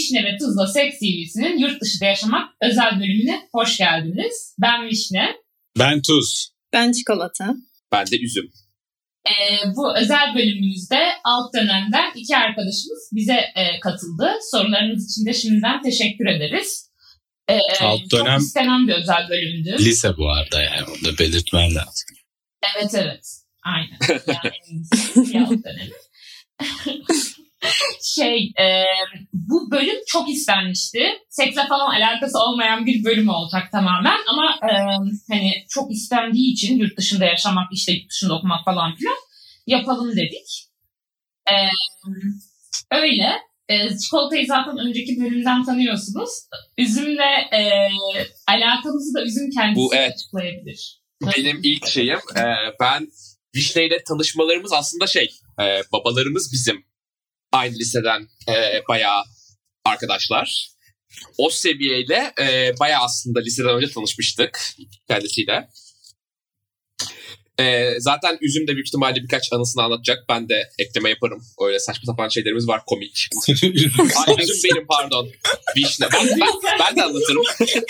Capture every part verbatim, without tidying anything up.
Vişne ve Tuzla Seks T V'sinin yurt dışında yaşamak özel bölümüne hoş geldiniz. Ben Vişne. Ben Tuz. Ben Çikolata. Ben de Üzüm. Ee, bu özel bölümümüzde alt dönemden iki arkadaşımız bize e, katıldı. Sorularınız için de şimdiden teşekkür ederiz. Ee, alt dönem çok istenen bir özel bölümdü. Lise bu arada, yani onu da belirtmen lazım. Evet evet. Aynen. Yani alt dönemi. Şey, e, bu bölüm çok istenmişti. Seksle falan alakası olmayan bir bölüm olacak tamamen. Ama e, hani çok istendiği için yurt dışında yaşamak, işte yurt dışında okumak falan filan yapalım dedik. E, öyle. E, Çikolatayı zaten önceki bölümden tanıyorsunuz. Üzümle e, alakamızı da Üzüm kendisi bu, evet, açıklayabilir. Benim ilk şeyim, e, ben Vişne ile tanışmalarımız aslında şey, e, babalarımız bizim aynı liseden e, bayağı arkadaşlar. O seviyeyle e, bayağı aslında liseden önce tanışmıştık kendisiyle. E, zaten Üzüm de büyük ihtimalle birkaç anısını anlatacak. Ben de ekleme yaparım. Öyle saçma sapan şeylerimiz var, komik. Ay, Üzüm benim, pardon. Vişne. Ben, ben, ben de anlatırım.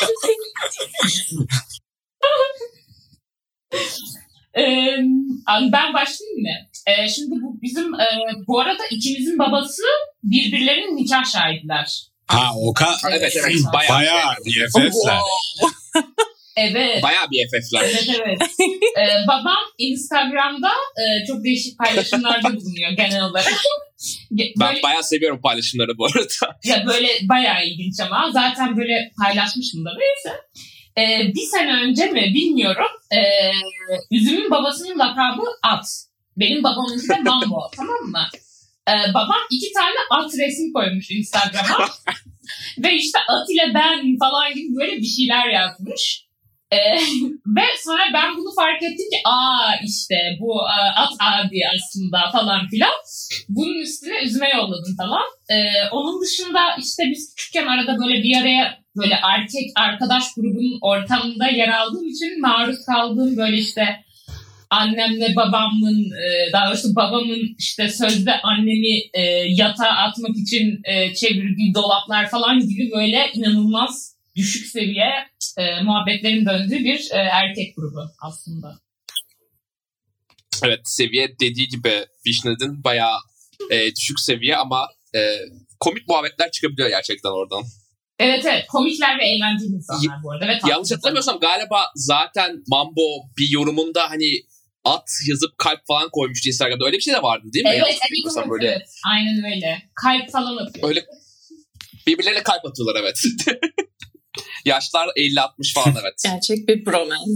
Ee, ben başlayayım mı? Ee, şimdi bu bizim e, bu arada ikimizin babası birbirlerinin nikah şahidiler. Ha o ka evet evet bayağı, bayağı B F F'ler. Evet. Bayağı B F F'ler. Evet evet. ee, babam Instagram'da e, çok değişik paylaşımlarda bulunuyor genel olarak. Böyle, ben bayağı seviyorum paylaşımları bu arada. Ya böyle bayağı ilginç ama zaten böyle paylaşmışım da neyse. Ee, bir sene önce mi bilmiyorum. Ee, Üzüm'ün babasının lakabı At. Benim babamınki de Mambo. Tamam mı? Ee, babam iki tane at resmi koymuş Instagram'a. Ve işte At ile ben falan gibi böyle bir şeyler yazmış. Ee, ve sonra ben bunu fark ettim ki aa işte bu At abi aslında falan filan. Bunun üstüne Üzüm'e yolladım falan. Ee, onun dışında işte biz küçükken arada böyle bir araya böyle erkek arkadaş grubunun ortamında yer aldığım için maruz kaldığım böyle işte annemle babamın, daha doğrusu babamın işte sözde annemi yatağa atmak için çevirdiği dolaplar falan gibi böyle inanılmaz düşük seviye muhabbetlerin döndüğü bir erkek grubu aslında. Evet, seviye dediği gibi Vişne'nin bayağı e, düşük seviye ama e, komik muhabbetler çıkabiliyor gerçekten oradan. Evet evet, komikler ve eğlenceli insanlar bu arada. Evet, yanlış hatırlamıyorsam galiba zaten Mambo bir yorumunda hani at yazıp kalp falan koymuştu Instagram'da. Öyle bir şey de vardı değil mi? Evet, evet, evet, böyle... evet. Aynen öyle. Kalp falan atıyor. Öyle birbirlerine kalp atıyorlar, evet. Yaşlar elli altmış falan, evet. Gerçek bir bromance.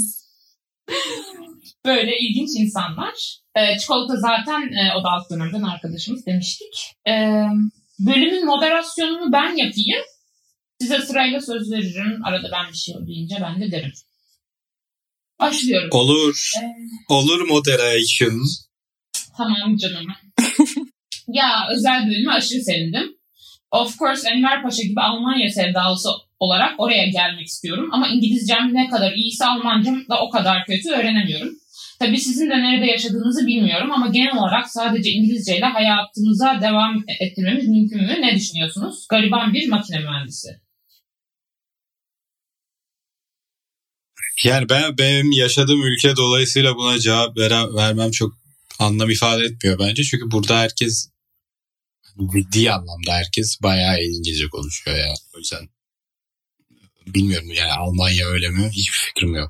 Böyle ilginç insanlar. Ee, Çikolata zaten e, o da alt dönemden arkadaşımız demiştik. Ee, bölümün moderasyonunu ben yapayım. Size sırayla söz veririm. Arada ben bir şey deyince ben de derim. Başlıyorum. Olur. Ee, Olur moderation. Tamam canım. Ya özel bölümü aşırı sevindim. Of course Enver Paşa gibi Almanya sevdalısı olarak oraya gelmek istiyorum. Ama İngilizcem ne kadar iyiyse Almancam da o kadar kötü öğrenemiyorum. Tabii sizin de nerede yaşadığınızı bilmiyorum ama genel olarak sadece İngilizceyle hayatınıza devam ettirmemiz mümkün mü? Ne düşünüyorsunuz? Gariban bir makine mühendisi. Yani ben benim yaşadığım ülke dolayısıyla buna cevap vere, vermem çok anlam ifade etmiyor bence. Çünkü burada herkes, ciddi anlamda herkes bayağı İngilizce konuşuyor ya. O yüzden bilmiyorum yani Almanya öyle mi? Hiçbir fikrim yok.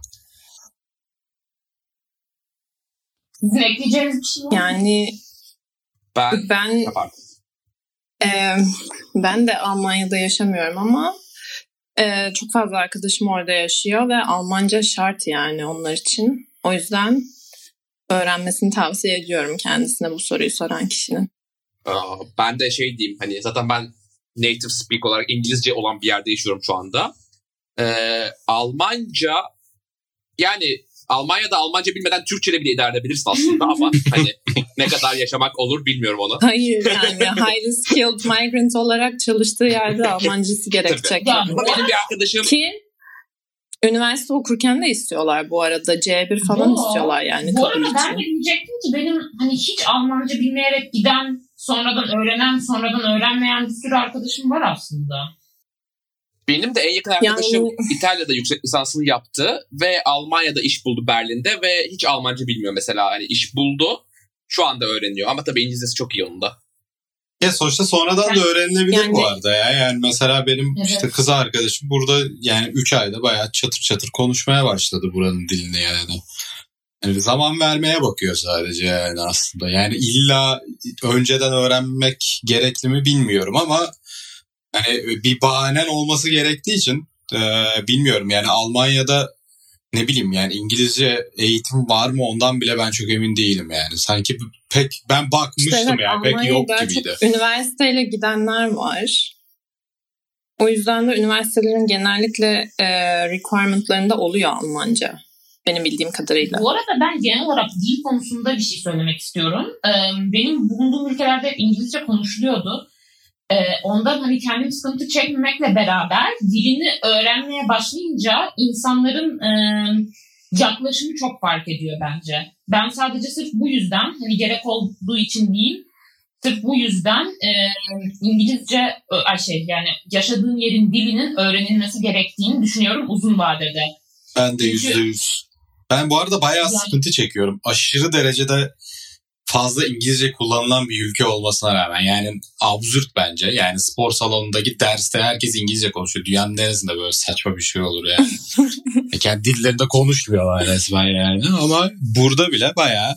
Sizin ekleyeceğiniz bir şey var mı? Yani ben ben e, ben de Almanya'da yaşamıyorum ama e, çok fazla arkadaşım orada yaşıyor ve Almanca şart yani onlar için. O yüzden öğrenmesini tavsiye ediyorum kendisine bu soruyu soran kişinin. Aa, ben de şey diyeyim, hani zaten ben native speak olarak İngilizce olan bir yerde yaşıyorum şu anda. Ee, Almanca yani Almanya'da Almanca bilmeden Türkçe'de bile idare edebilirsin aslında ama hani ne kadar yaşamak olur bilmiyorum onu. Hayır yani highly skilled migrant olarak çalıştığı yerde Almancası gerekecek. Ya, benim bir arkadaşım ki üniversite okurken de istiyorlar bu arada. C bir falan bu, istiyorlar yani bu kabul arada için. ben de diyecektim ki benim hani hiç Almanca bilmeyerek giden sonradan öğrenen, sonradan öğrenmeyen bir sürü arkadaşım var aslında. Benim de en yakın arkadaşım Yani... İtalya'da yüksek lisansını yaptı ve Almanya'da iş buldu Berlin'de ve hiç Almanca bilmiyor mesela. Hani iş buldu, şu anda öğreniyor ama tabii İngilizcesi çok iyi onun da. Ya sonuçta sonradan da öğrenilebilir yani... bu arada ya. Yani mesela benim evet. işte kız arkadaşım burada yani üç ayda bayağı çatır çatır konuşmaya başladı buranın dilini yani. Yani zaman vermeye bakıyor sadece yani aslında. Yani illa önceden öğrenmek gerekli mi bilmiyorum ama hani bir bahanen olması gerektiği için e, bilmiyorum. Yani Almanya'da ne bileyim yani İngilizce eğitim var mı ondan bile ben çok emin değilim yani. Sanki pek ben bakmıştım işte evet, yani pek yok gibiydi. Çok üniversiteyle gidenler var. O yüzden de üniversitelerin genellikle e, requirement'larında oluyor Almanca. Benim bildiğim kadarıyla. Bu arada ben genel olarak dil konusunda bir şey söylemek istiyorum. Ee, benim bulunduğum ülkelerde İngilizce konuşuluyordu. Ee, ondan hani kendim sıkıntı çekmemekle beraber dilini öğrenmeye başlayınca insanların e, yaklaşımı çok fark ediyor bence. Ben sadece sırf bu yüzden hani gerek olduğu için değil, sırf bu yüzden e, İngilizce ay şey yani yaşadığın yerin dilinin öğrenilmesi gerektiğini düşünüyorum uzun vadede. Ben de yüzde yüz. Ben bu arada bayağı yani... sıkıntı çekiyorum. Aşırı derecede fazla İngilizce kullanılan bir ülke olmasına rağmen yani absürt bence. Yani spor salonundaki derste herkes İngilizce konuşuyor. Dünyanın neresinde böyle saçma bir şey olur yani. Kendi dillerinde konuşmuyorlar resmen yani. Ama burada bile bayağı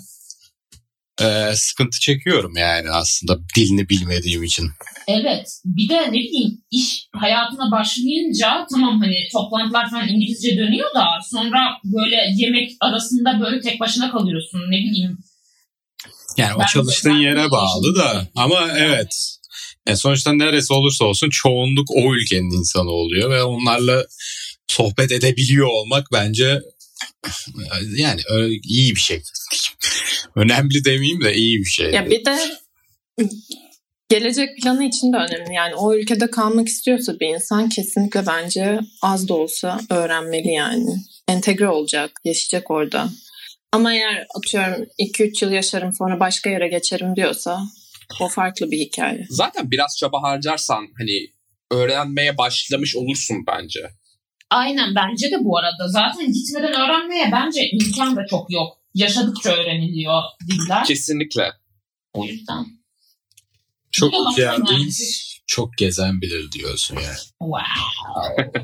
e, sıkıntı çekiyorum yani aslında dilini bilmediğim için. Evet. Bir de ne bileyim iş hayatına başlayınca tamam hani toplantılar falan İngilizce dönüyor da sonra böyle yemek arasında böyle tek başına kalıyorsun ne bileyim. Yani ben o çalıştığın yere bağlı da ama evet. Yani sonuçta neresi olursa olsun çoğunluk o ülkenin insanı oluyor ve onlarla sohbet edebiliyor olmak bence yani iyi bir şey. Önemli demeyeyim de iyi bir şey. Ya bir de gelecek planı için de önemli. Yani o ülkede kalmak istiyorsa bir insan kesinlikle bence az da olsa öğrenmeli yani. Entegre olacak, yaşayacak orada. Ama eğer atıyorum iki üç yıl yaşarım sonra başka yere geçerim diyorsa o farklı bir hikaye. Zaten biraz çaba harcarsan hani öğrenmeye başlamış olursun bence. Aynen bence de bu arada. Zaten gitmeden öğrenmeye bence imkan da çok yok. Yaşadıkça öğreniliyor diller. Kesinlikle. O yüzden. Çok okuyan değil, çok gezen bilir diyorsun yani. Wow.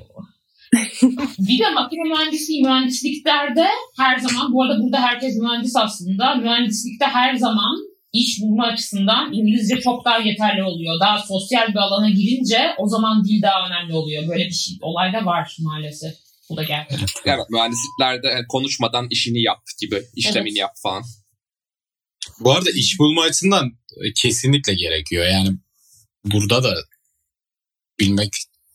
Bir de makine mühendisliği mühendisliklerde her zaman, bu arada burada herkes mühendis aslında, mühendislikte her zaman iş bulma açısından İngilizce çok daha yeterli oluyor. Daha sosyal bir alana girince o zaman dil daha önemli oluyor. Böyle bir şey, olay da var maalesef. Bu da gerçek. Evet, mühendisliklerde konuşmadan işini yap gibi, işlemini evet. yap falan. Bu arada iş bulma açısından kesinlikle gerekiyor. Yani burada da bilmek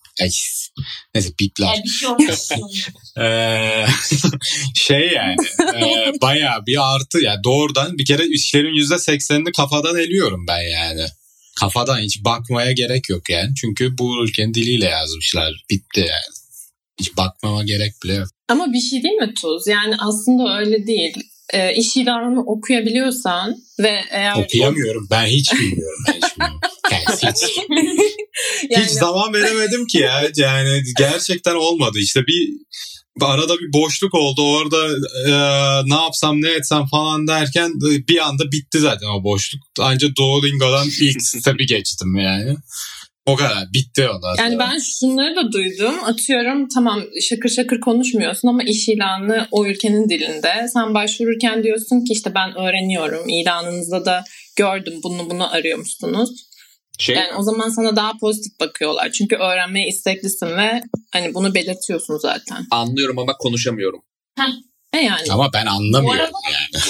neyse bipler. Yani bir şey olmaz. ee, şey yani e, bayağı bir artı yani doğrudan bir kere işlerin yüzde seksenini kafadan eliyorum ben yani. Kafadan hiç bakmaya gerek yok yani. Çünkü bu ülkenin diliyle yazmışlar. Bitti yani. Hiç bakmama gerek bile yok. Ama bir şey değil mi Tuz? Yani aslında öyle değil. E, iş ilanını okuyabiliyorsan ve eğer... Okuyamıyorum. Ben hiç bilmiyorum. Ben hiç bilmiyorum. Yani hiç, yani... hiç zaman veremedim ki ya. Yani gerçekten olmadı. İşte bir arada bir boşluk oldu. Orada e, ne yapsam ne etsem falan derken bir anda bitti zaten o boşluk. Ancak Duolingo'dan ilk step'i geçtim yani. O kadar. Bitti ondan sonra. Yani ben şunları da duydum. Atıyorum tamam şakır şakır konuşmuyorsun ama iş ilanı o ülkenin dilinde. Sen başvururken diyorsun ki işte ben öğreniyorum. İlanınızda da gördüm bunu bunu arıyormuşsunuz. Şey, yani o zaman sana daha pozitif bakıyorlar. Çünkü öğrenmeye isteklisin ve hani bunu belirtiyorsun zaten. Anlıyorum ama konuşamıyorum. Heh. E yani. Ama ben anlamıyorum arada... yani.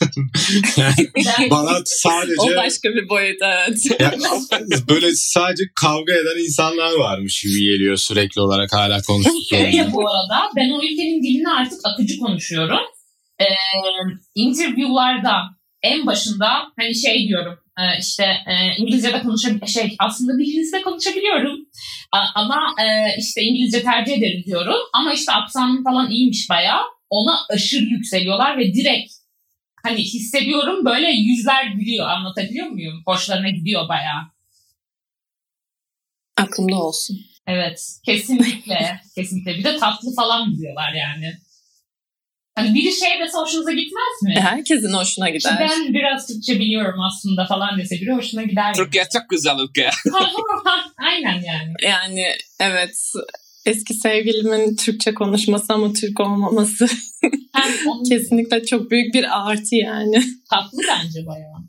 yani bana sadece... O başka bir boyut evet. Yani böyle sadece kavga eden insanlar varmış gibi geliyor sürekli olarak hala konuştuklarında. Bu arada ben o ülkenin dilini artık akıcı konuşuyorum. Ee, interview'larda en başında hani şey diyorum işte e, İngilizce'de konuşabiliyorum. Şey aslında dilinizde konuşabiliyorum. Ama e, işte İngilizce tercih ederim diyorum. Ama işte aksanım falan iyiymiş bayağı. Ona aşırı yükseliyorlar ve direkt hani hissediyorum, böyle yüzler gülüyor, anlatabiliyor muyum? Hoşlarına gidiyor bayağı. Aklımda olsun. Evet, kesinlikle. Kesinlikle. Bir de tatlı falan biliyorlar yani. Hani biri şey dese hoşunuza gitmez mi? Herkesin hoşuna gider. Ben biraz Türkçe biliyorum aslında falan dese biri hoşuna gider. Türkiye çok güzel ülke. Aynen yani. Yani evet, eski sevgilimin Türkçe konuşması ama Türk olmaması kesinlikle çok büyük bir artı yani. Tatlı bence bayağı.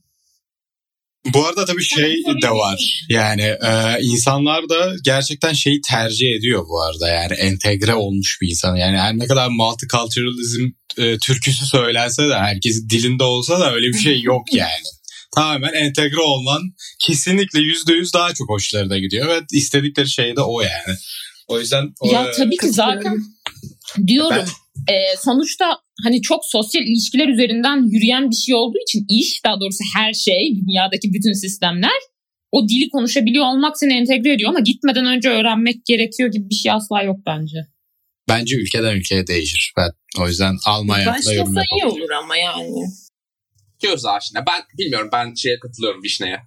Bu arada tabii şey de var. Yani e, insanlar da gerçekten şeyi tercih ediyor bu arada. Yani entegre olmuş bir insan. Yani her ne kadar multiculturalism e, türküsü söylense de, herkesin dilinde olsa da öyle bir şey yok yani. Tamamen entegre olman kesinlikle yüzde yüz daha çok hoşlarına gidiyor. Evet, istedikleri şey de o yani. O yüzden... O, ya tabii ki zaten diyorum... Ben... Ee, sonuçta hani çok sosyal ilişkiler üzerinden yürüyen bir şey olduğu için iş, daha doğrusu her şey, dünyadaki bütün sistemler o dili konuşabiliyor olmak seni entegre ediyor ama gitmeden önce öğrenmek gerekiyor gibi bir şey asla yok bence. Bence ülkeden ülkeye değişir. Ben o yüzden Almanya hakkında yorum yapamam. Başlasa iyi olur ama yani. Göz aşina. Ben bilmiyorum, ben şeye katılıyorum, Vişne'ye.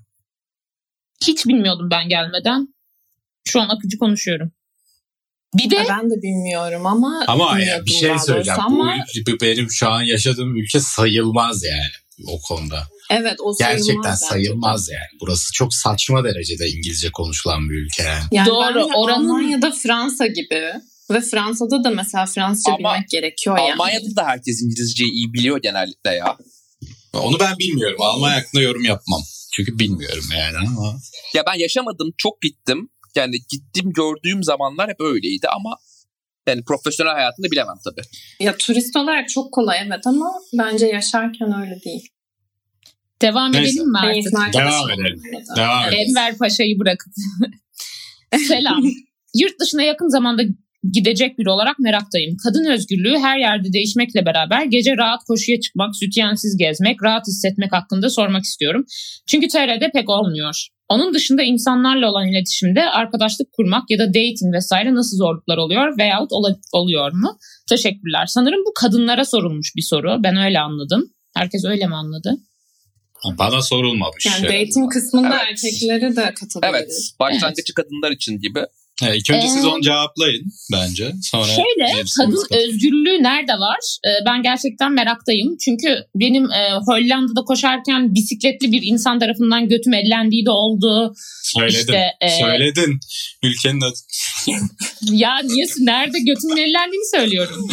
Hiç bilmiyordum ben gelmeden. Şu an akıcı konuşuyorum. Bir de ben de bilmiyorum ama ama ya bir şey söyleyeceğim. Ama... Bu, bu benim şu an yaşadığım ülke sayılmaz yani o konuda. Evet, o sayılmaz. Gerçekten sayılmaz yani. Burası çok saçma derecede İngilizce konuşulan bir ülke yani. yani Doğru. Oranın... Almanya'da Fransa gibi ve Fransa'da da mesela Fransızca ama bilmek gerekiyor yani. Almanya'da da herkes İngilizceyi iyi biliyor genellikle ya. Onu ben bilmiyorum. Almanya hakkında yorum yapmam. Çünkü bilmiyorum yani ama. Ya ben yaşamadım, çok gittim. Yani gittim, gördüğüm zamanlar hep öyleydi ama yani profesyonel hayatında bilemem tabii. Ya turist olarak çok kolay evet ama bence yaşarken öyle değil. Devam Neyse. edelim mi artık? Devam edelim. Devam edelim. Enver Paşa'yı bırakıp. Selam. Yurt dışına yakın zamanda gidecek biri olarak meraktayım. Kadın özgürlüğü her yerde değişmekle beraber gece rahat koşuya çıkmak, sütyensiz gezmek, rahat hissetmek hakkında sormak istiyorum. Çünkü T R'de pek olmuyor. Onun dışında insanlarla olan iletişimde arkadaşlık kurmak ya da dating vesaire nasıl zorluklar oluyor veyahut ol- oluyor mu? Teşekkürler. Sanırım bu kadınlara sorulmuş bir soru. Ben öyle anladım. Herkes öyle mi anladı? Bana sorulmamış. Yani dating kısmında evet. Erkeklere de katılabilir. Evet. Başlangıcı evet. kadınlar için gibi. Evet, ilk önce ee, siz onu cevaplayın bence. Sonra şöyle, kadın özgürlüğü nerede var? Ee, ben gerçekten meraktayım. Çünkü benim e, Hollanda'da koşarken bisikletli bir insan tarafından götüm ellendiği de oldu. Söyledin. İşte, e, Söyledin. Ülkenin adı. Ya niye? Nerede götümün ellendiğini söylüyorum.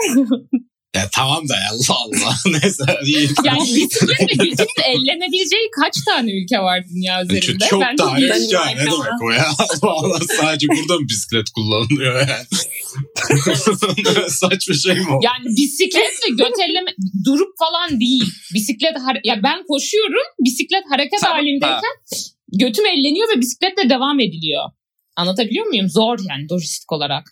Ya tamam da ya Allah Allah. Neyse. Yani bisikletle götünün ellenebileceği kaç tane ülke var dünya üzerinde? Çok ben tane ülke ne demek o ya? Allah Allah, sadece burada mı bisiklet kullanılıyor yani? Saçma şey mi o? Yani bisikletle göt elleme durup falan değil. Bisiklet hare- ya ben koşuyorum, bisiklet hareket tamam, halindeyken ha. götüm elleniyor ve bisikletle devam ediliyor. Anlatabiliyor muyum? Zor yani lojistik olarak.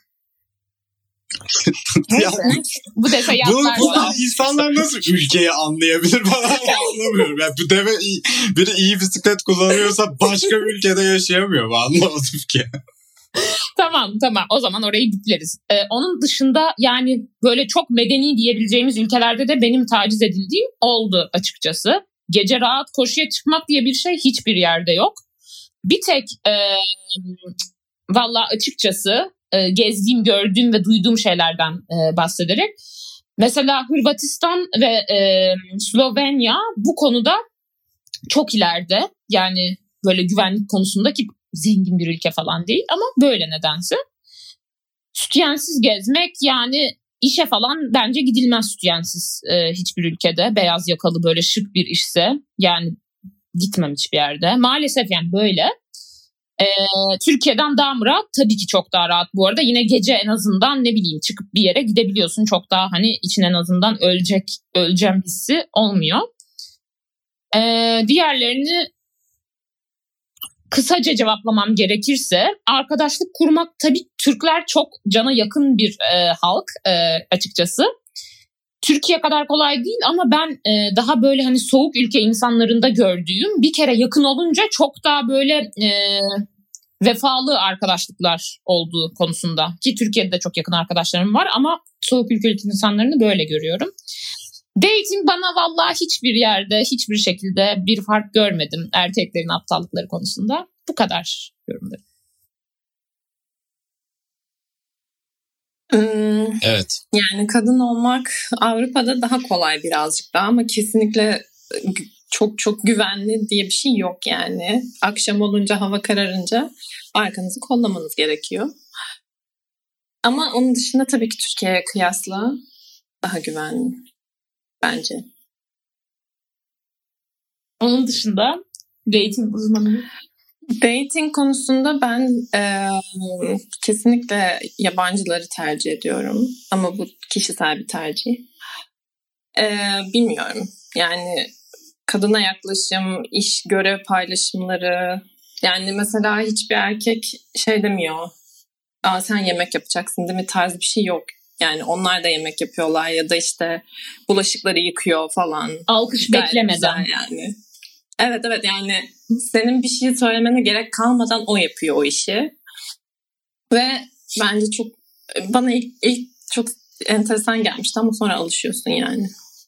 ya, bu dese yaplar. Bu, bu insanlar nasıl ülkeyi anlayabilir falan anlamıyorum. Yani bu deve iyi, biri iyi bisiklet kullanıyorsa başka bir ülkede yaşayamıyor mu? Anlamadım ki. Tamam tamam o zaman orayı bipleriz. Ee, onun dışında yani böyle çok medeni diyebileceğimiz ülkelerde de benim taciz edildiğim oldu açıkçası. Gece rahat koşuya çıkmak diye bir şey hiçbir yerde yok. Bir tek e, valla açıkçası e, gezdiğim, gördüğüm ve duyduğum şeylerden e, bahsederek. Mesela Hırvatistan ve e, Slovenya bu konuda çok ileride. Yani böyle güvenlik konusunda ki zengin bir ülke falan değil ama böyle nedense. Sütyensiz gezmek yani işe falan bence gidilmez sütyensiz e, hiçbir ülkede. Beyaz yakalı böyle şık bir işse yani gitmem hiçbir yerde. Maalesef yani böyle. E, Türkiye'den daha mı rahat? Tabii ki çok daha rahat bu arada. Yine gece en azından ne bileyim çıkıp bir yere gidebiliyorsun. Çok daha hani için en azından ölecek, öleceğim hissi olmuyor. E, diğerlerini kısaca cevaplamam gerekirse arkadaşlık kurmak tabii Türkler çok cana yakın bir e, halk e, açıkçası. Türkiye kadar kolay değil ama ben e, daha böyle hani soğuk ülke insanlarında gördüğüm bir kere yakın olunca çok daha böyle e, vefalı arkadaşlıklar olduğu konusunda. Ki Türkiye'de de çok yakın arkadaşlarım var ama soğuk ülke insanlarını böyle görüyorum. Dating bana vallahi hiçbir yerde, hiçbir şekilde bir fark görmedim erkeklerin aptallıkları konusunda. Bu kadar yorumlarım. Hmm, Evet. Yani kadın olmak Avrupa'da daha kolay birazcık daha ama kesinlikle çok çok güvenli diye bir şey yok yani. Akşam olunca, hava kararınca arkanızı kollamanız gerekiyor. Ama onun dışında tabii ki Türkiye'ye kıyasla daha güvenli bence. Onun dışında dating uzmanı. Dating konusunda ben e, kesinlikle yabancıları tercih ediyorum. Ama bu kişisel bir tercih. E, bilmiyorum. Yani kadına yaklaşım, iş görev paylaşımları. Yani mesela hiçbir erkek şey demiyor. Aa, sen yemek yapacaksın değil mi? Tarz bir şey yok. Yani onlar da yemek yapıyorlar ya da işte bulaşıkları yıkıyor falan. Alkış Gayet beklemeden. güzel yani. Evet evet yani senin bir şey söylemene gerek kalmadan o yapıyor o işi. Ve bence çok bana ilk, ilk çok enteresan gelmişti ama sonra alışıyorsun yani.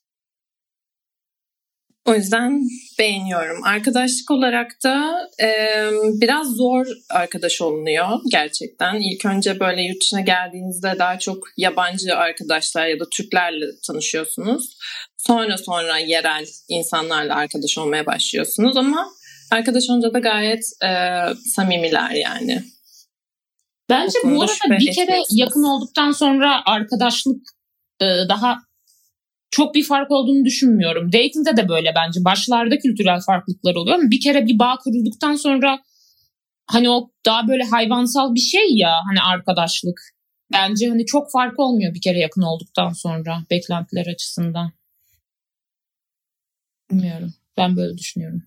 O yüzden beğeniyorum. Arkadaşlık olarak da e, biraz zor arkadaş olunuyor gerçekten. İlk önce böyle yurt dışına geldiğinizde daha çok yabancı arkadaşlar ya da Türklerle tanışıyorsunuz. Sonra sonra yerel insanlarla arkadaş olmaya başlıyorsunuz ama arkadaş olunca da gayet e, samimiler yani. Bence bu arada bir kere yakın olduktan sonra arkadaşlık e, daha çok bir fark olduğunu düşünmüyorum. Dating'de de böyle bence. Başlarda kültürel farklılıklar oluyor ama bir kere bir bağ kurulduktan sonra hani o daha böyle hayvansal bir şey ya hani arkadaşlık. Bence hani çok fark olmuyor bir kere yakın olduktan sonra beklentiler açısından. Bilmiyorum. Ben böyle düşünüyorum.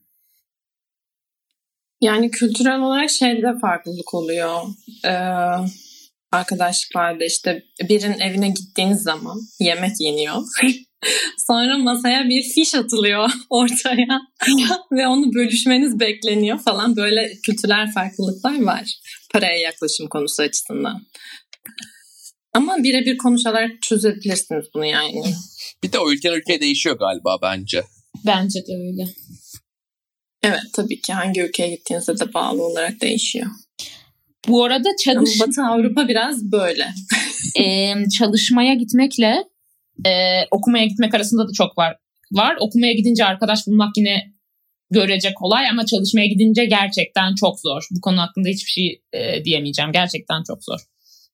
Yani kültürel olarak şeyde farklılık oluyor. Ee, arkadaşlıklarda işte birinin evine gittiğiniz zaman yemek yeniyor. Sonra masaya bir fiş atılıyor ortaya ve onu bölüşmeniz bekleniyor falan. Böyle kültürel farklılıklar var paraya yaklaşım konusu açısından. Ama birebir konuşarak çözebilirsiniz bunu yani. Bir de o ülkeden ülkeye değişiyor galiba bence. Bence de öyle. Evet tabii ki hangi ülkeye gittiğinizde de bağlı olarak değişiyor. Bu arada çalış... Ama Batı Avrupa biraz böyle. ee, çalışmaya gitmekle e, okumaya gitmek arasında da çok var. var. Okumaya gidince arkadaş bulmak yine görece kolay ama çalışmaya gidince gerçekten çok zor. Bu konu hakkında hiçbir şey e, diyemeyeceğim. Gerçekten çok zor.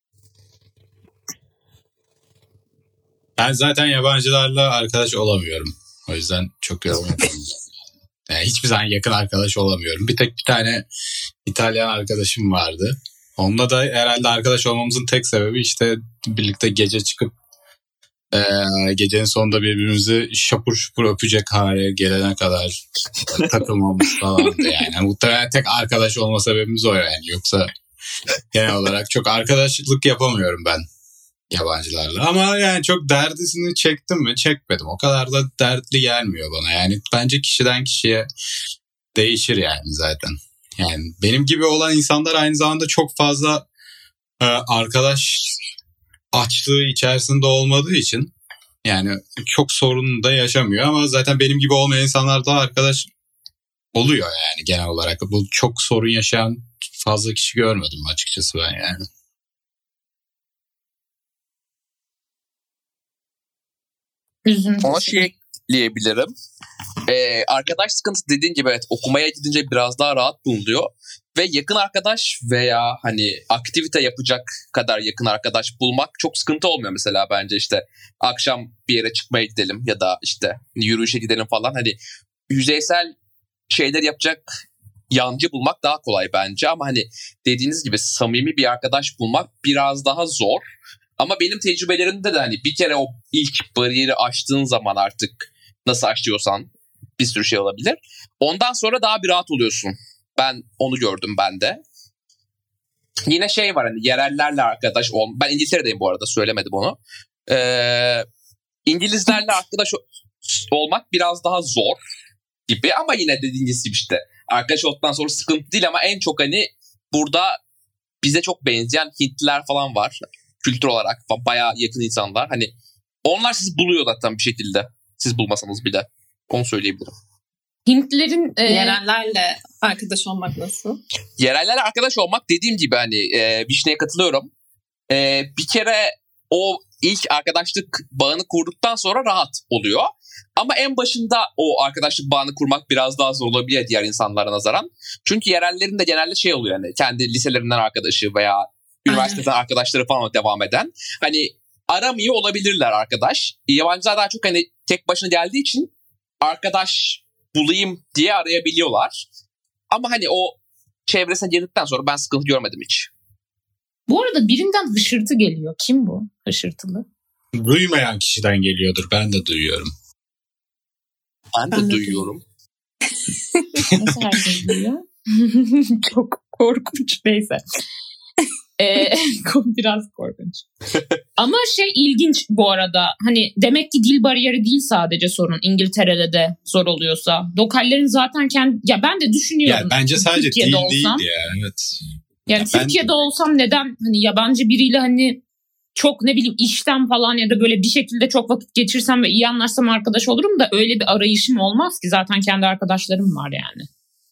Ben zaten yabancılarla arkadaş olamıyorum. O yüzden çok yorum yapamıyorum. Yani hiçbir zaman yakın arkadaş olamıyorum. Bir tek bir tane İtalyan arkadaşım vardı. Onunla da herhalde arkadaş olmamızın tek sebebi işte birlikte gece çıkıp e, gecenin sonunda birbirimizi şapur şupur öpecek hale gelene kadar takılmamız falandı yani. Muhtemelen tek arkadaş olma sebebimiz o yani. Yoksa genel olarak çok arkadaşlık yapamıyorum ben yabancılarla. Ama yani çok derdisini çektim mi? Çekmedim. O kadar da dertli gelmiyor bana. Yani bence kişiden kişiye değişir yani zaten. Yani benim gibi olan insanlar aynı zamanda çok fazla e, arkadaş açlığı içerisinde olmadığı için yani çok sorun da yaşamıyor ama zaten benim gibi olmayan insanlar da arkadaş oluyor yani genel olarak. Bu çok sorun yaşayan fazla kişi görmedim açıkçası ben yani. Üzüntü. Ona şey ekleyebilirim. Ee, arkadaş sıkıntısı dediğin gibi evet okumaya gidince biraz daha rahat bulunuyor. Ve yakın arkadaş veya hani aktivite yapacak kadar yakın arkadaş bulmak çok sıkıntı olmuyor mesela bence işte akşam bir yere çıkmaya gidelim ya da işte yürüyüşe gidelim falan hani yüzeysel şeyler yapacak yancı bulmak daha kolay bence ama hani dediğiniz gibi samimi bir arkadaş bulmak biraz daha zor. Ama benim tecrübelerimde de hani bir kere o ilk bariyeri aştığın zaman artık nasıl aşıyorsan bir sürü şey olabilir. Ondan sonra daha bir rahat oluyorsun. Ben onu gördüm ben de. Yine şey var hani yerellerle arkadaş ol. Ben İngiltere'deyim bu arada söylemedim onu. Ee, İngilizlerle arkadaş olmak biraz daha zor gibi ama yine dediğiniz gibi işte arkadaş olduktan sonra sıkıntı değil ama en çok hani burada bize çok benzeyen Hintliler falan var. Kültür olarak bayağı yakın insanlar. Hani onlar sizi buluyor zaten bir şekilde. Siz bulmasanız bile. Onu söyleyebilirim. Hintlilerin e... yerellerle arkadaş olmak nasıl? Yerellerle arkadaş olmak dediğim gibi hani e, Vişne'ye katılıyorum. E, bir kere o ilk arkadaşlık bağını kurduktan sonra rahat oluyor. Ama en başında o arkadaşlık bağını kurmak biraz daha zor olabiliyor diğer insanlara nazaran. Çünkü yerellerin de genelde şey oluyor yani kendi liselerinden arkadaşı veya üniversiteden Aynen. arkadaşları falan devam eden. Hani aramıyor olabilirler arkadaş. Yabancılar daha çok hani tek başına geldiği için arkadaş bulayım diye arayabiliyorlar. Ama hani o çevresine girdikten sonra ben sıkıntı görmedim hiç. Bu arada birinden hışırtı geliyor. Kim bu hışırtılı? Duymayan kişiden geliyordur. Ben de duyuyorum. Ben de, ben de duyuyorum. Nasıl herkes duyuyor? Çok korkunç. Neyse. Ee, biraz korkunç. Ama şey ilginç bu arada. Hani demek ki dil bariyeri değil sadece sorun. İngiltere'de de zor oluyorsa. Lokallerin zaten kendi... Ya ben de düşünüyorum. Ya bence sadece Türkiye'de dil olsam, değil ya. Evet. Yani ya Türkiye'de ben... olsam neden hani yabancı biriyle hani çok ne bileyim işten falan ya da böyle bir şekilde çok vakit geçirsem ve iyi anlaşsam arkadaş olurum da öyle bir arayışım olmaz ki. Zaten kendi arkadaşlarım var yani.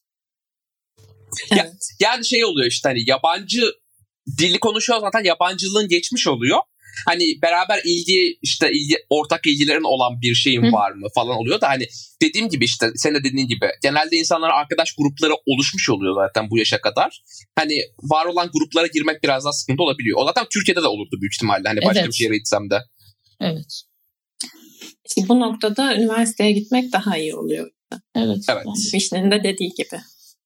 Evet. Ya, yani şey oluyor işte hani yabancı dili konuşuyor zaten yabancılığın geçmiş oluyor. Hani beraber ilgi işte ilgi, ortak ilgilerin olan bir şeyin Hı. var mı falan oluyor da hani dediğim gibi işte senin de dediğin gibi genelde insanlar arkadaş grupları oluşmuş oluyor zaten bu yaşa kadar. Hani var olan gruplara girmek biraz daha sıkıntı olabiliyor. O zaten Türkiye'de de olurdu büyük ihtimalle hani başka evet. bir şehre gitsem de. Evet. İşte bu noktada üniversiteye gitmek daha iyi oluyor. Evet. Evet. Vişne'nin de dediği gibi.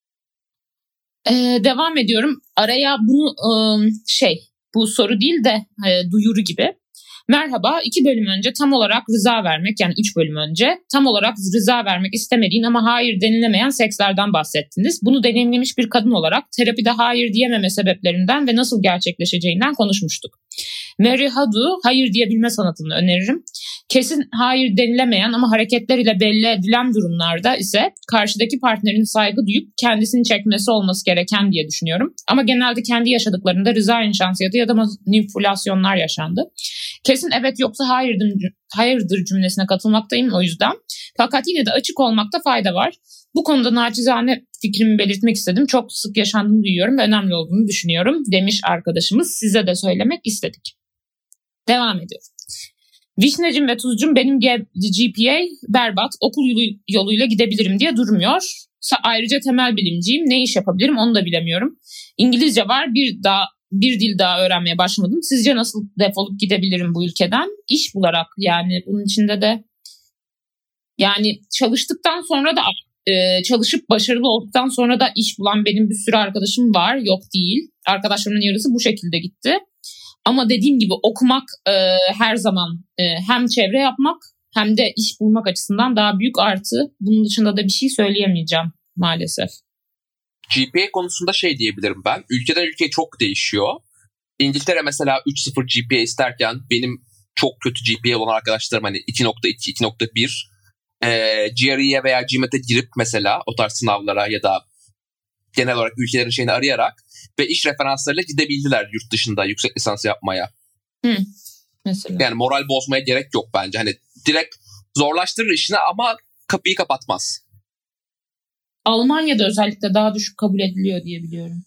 Ee, devam ediyorum. Araya bunu ıı, şey bu soru değil de e, duyuru gibi. Merhaba, iki bölüm önce tam olarak rıza vermek yani üç bölüm önce tam olarak rıza vermek istemediğin ama hayır denilemeyen sekslerden bahsettiniz. Bunu deneyimlemiş bir kadın olarak terapide hayır diyememe sebeplerinden ve nasıl gerçekleşeceğinden konuşmuştuk. Mary Hadu hayır diyebilme sanatını öneririm. Kesin hayır denilemeyen ama hareketler ile belli edilen durumlarda ise karşıdaki partnerin saygı duyup kendisini çekmesi olması gereken diye düşünüyorum. Ama genelde kendi yaşadıklarında rıza inşansiyatı ya da manipülasyonlar yaşandı. Kesin evet yoksa hayırdır, hayırdır cümlesine katılmaktayım o yüzden. Fakat yine de açık olmakta fayda var. Bu konuda naçizane fikrimi belirtmek istedim. Çok sık yaşandığını duyuyorum ve önemli olduğunu düşünüyorum demiş arkadaşımız. Size de söylemek istedik. Devam ediyoruz. Vişnecim ve Tuzcum benim G P A berbat, okul yolu, yoluyla gidebilirim diye durmuyor. Ayrıca temel bilimciyim, ne iş yapabilirim onu da bilemiyorum. İngilizce var, bir daha bir dil daha öğrenmeye başlamadım. Sizce nasıl defolup gidebilirim bu ülkeden? İş bularak yani bunun içinde de yani çalıştıktan sonra da e, çalışıp başarılı olduktan sonra da iş bulan benim bir sürü arkadaşım var. Yok değil. Arkadaşlarımın yarısı bu şekilde gitti. Ama dediğim gibi okumak e, her zaman e, hem çevre yapmak hem de iş bulmak açısından daha büyük artı. Bunun dışında da bir şey söyleyemeyeceğim maalesef. G P A konusunda şey diyebilirim ben. Ülkeden ülkeye çok değişiyor. İngiltere mesela üç sıfır G P A isterken benim çok kötü G P A olan arkadaşlarım hani iki nokta iki, iki nokta bir e, G R E'ye veya G M A T'e girip mesela o tarz sınavlara ya da genel olarak ülkelerin şeyini arayarak ve iş referanslarıyla gidebildiler yurt dışında yüksek lisans yapmaya. Hı, mesela. Yani moral bozmaya gerek yok bence. Hani direkt zorlaştırır işini ama kapıyı kapatmaz. Almanya'da özellikle daha düşük kabul ediliyor diye biliyorum.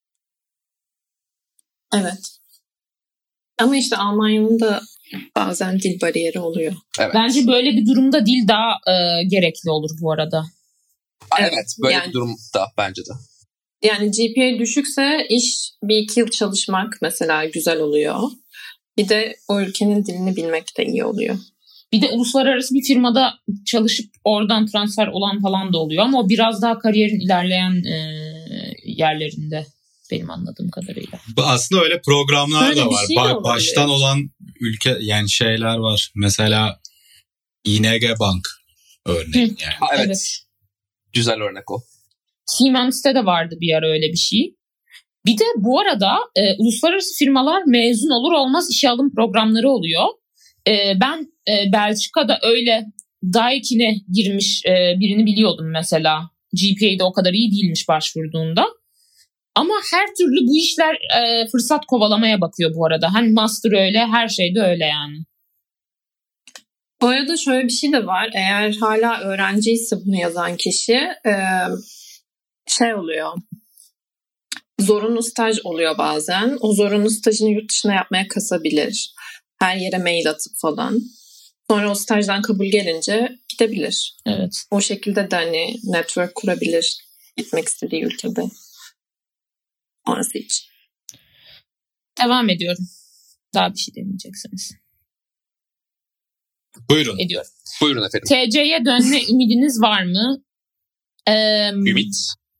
Evet. Ama işte Almanya'nın da bazen dil bariyeri oluyor. Evet. Bence böyle bir durumda dil daha e, gerekli olur bu arada. Evet, evet böyle yani, bir durumda bence de. Yani G P A düşükse iş bir iki yıl çalışmak mesela güzel oluyor. Bir de o ülkenin dilini bilmek de iyi oluyor. Bir de uluslararası bir firmada çalışıp oradan transfer olan falan da oluyor. Ama o biraz daha kariyerin ilerleyen e, yerlerinde benim anladığım kadarıyla. Aslında öyle programlar Böyle da var. Şey ba- baştan olan ülke yani şeyler var. Mesela I N G Bank örneğin yani. Ha, evet. evet. Güzel örnek o. Siemens'te de vardı bir ara öyle bir şey. Bir de bu arada e, uluslararası firmalar mezun olur olmaz işe alım programları oluyor. E, ben e, Belçika'da öyle Daikin'e girmiş e, birini biliyordum mesela. G P A'de o kadar iyi değilmiş başvurduğunda. Ama her türlü bu işler e, fırsat kovalamaya bakıyor bu arada. Hani master öyle, her şey de öyle yani. Bu arada şöyle bir şey de var. Eğer hala öğrenciyse bunu yazan kişi e, şey oluyor. Zorunlu staj oluyor bazen. O zorunlu stajını yurt dışına yapmaya kasabilir. Her yere mail atıp falan. Sonra o stajdan kabul gelince gidebilir. Evet. O şekilde de hani network kurabilir gitmek istediği ülkede. Orası için. Devam ediyorum. Daha bir şey demeyeceksiniz. Buyurun. Ediyorum. Buyurun efendim. T C'ye dönme ümidiniz var mı? Ee, Ümit.